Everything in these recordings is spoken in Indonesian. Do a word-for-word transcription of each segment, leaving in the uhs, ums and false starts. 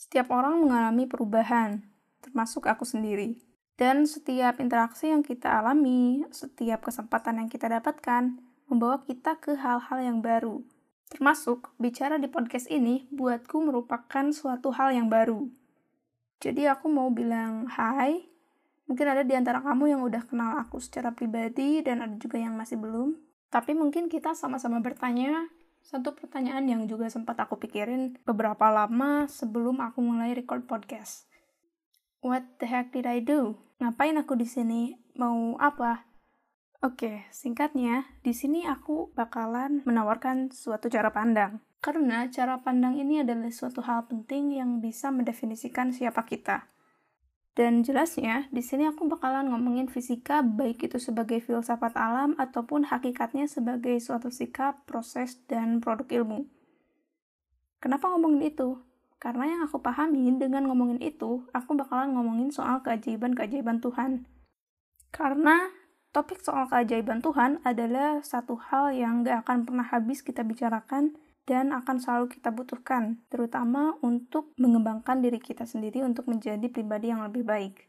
Setiap orang mengalami perubahan, termasuk aku sendiri. Dan setiap interaksi yang kita alami, setiap kesempatan yang kita dapatkan, membawa kita ke hal-hal yang baru. Termasuk, bicara di podcast ini, buatku merupakan suatu hal yang baru. Jadi aku mau bilang hai, mungkin ada di antara kamu yang udah kenal aku secara pribadi, dan ada juga yang masih belum. Tapi mungkin kita sama-sama bertanya, satu pertanyaan yang juga sempat aku pikirin beberapa lama sebelum aku mulai record podcast. What the heck did I do? Ngapain aku di sini? Mau apa? Oke, singkatnya, di sini aku bakalan menawarkan suatu cara pandang. Karena cara pandang ini adalah suatu hal penting yang bisa mendefinisikan siapa kita. Dan jelasnya, di sini aku bakalan ngomongin fisika, baik itu sebagai filsafat alam ataupun hakikatnya sebagai suatu sikap, proses, dan produk ilmu. Kenapa ngomongin itu? Karena yang aku pahami dengan ngomongin itu, aku bakalan ngomongin soal keajaiban-keajaiban Tuhan. Karena topik soal keajaiban Tuhan adalah satu hal yang gak akan pernah habis kita bicarakan dan akan selalu kita butuhkan, terutama untuk mengembangkan diri kita sendiri untuk menjadi pribadi yang lebih baik.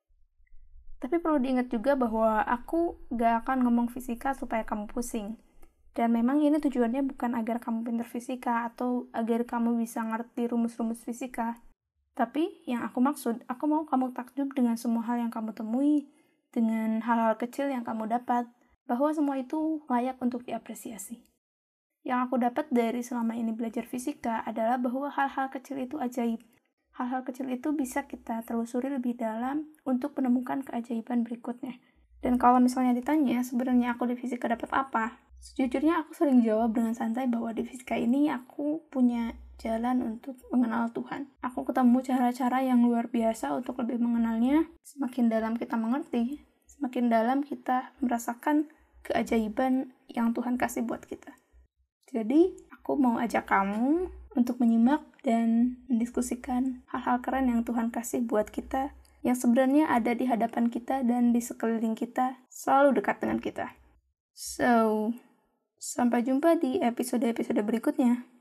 Tapi perlu diingat juga bahwa aku gak akan ngomong fisika supaya kamu pusing. Dan memang ini tujuannya bukan agar kamu pintar fisika atau agar kamu bisa ngerti rumus-rumus fisika. Tapi yang aku maksud, aku mau kamu takjub dengan semua hal yang kamu temui, dengan hal-hal kecil yang kamu dapat, bahwa semua itu layak untuk diapresiasi. Yang aku dapat dari selama ini belajar fisika adalah bahwa hal-hal kecil itu ajaib. Hal-hal kecil itu bisa kita telusuri lebih dalam untuk menemukan keajaiban berikutnya. Dan kalau misalnya ditanya, sebenarnya aku di fisika dapat apa? Sejujurnya aku sering jawab dengan santai bahwa di fisika ini aku punya jalan untuk mengenal Tuhan. Aku ketemu cara-cara yang luar biasa untuk lebih mengenalnya. Semakin dalam kita mengerti, semakin dalam kita merasakan keajaiban yang Tuhan kasih buat kita. Jadi, aku mau ajak kamu untuk menyimak dan mendiskusikan hal-hal keren yang Tuhan kasih buat kita, yang sebenarnya ada di hadapan kita dan di sekeliling kita, selalu dekat dengan kita. So, sampai jumpa di episode-episode berikutnya.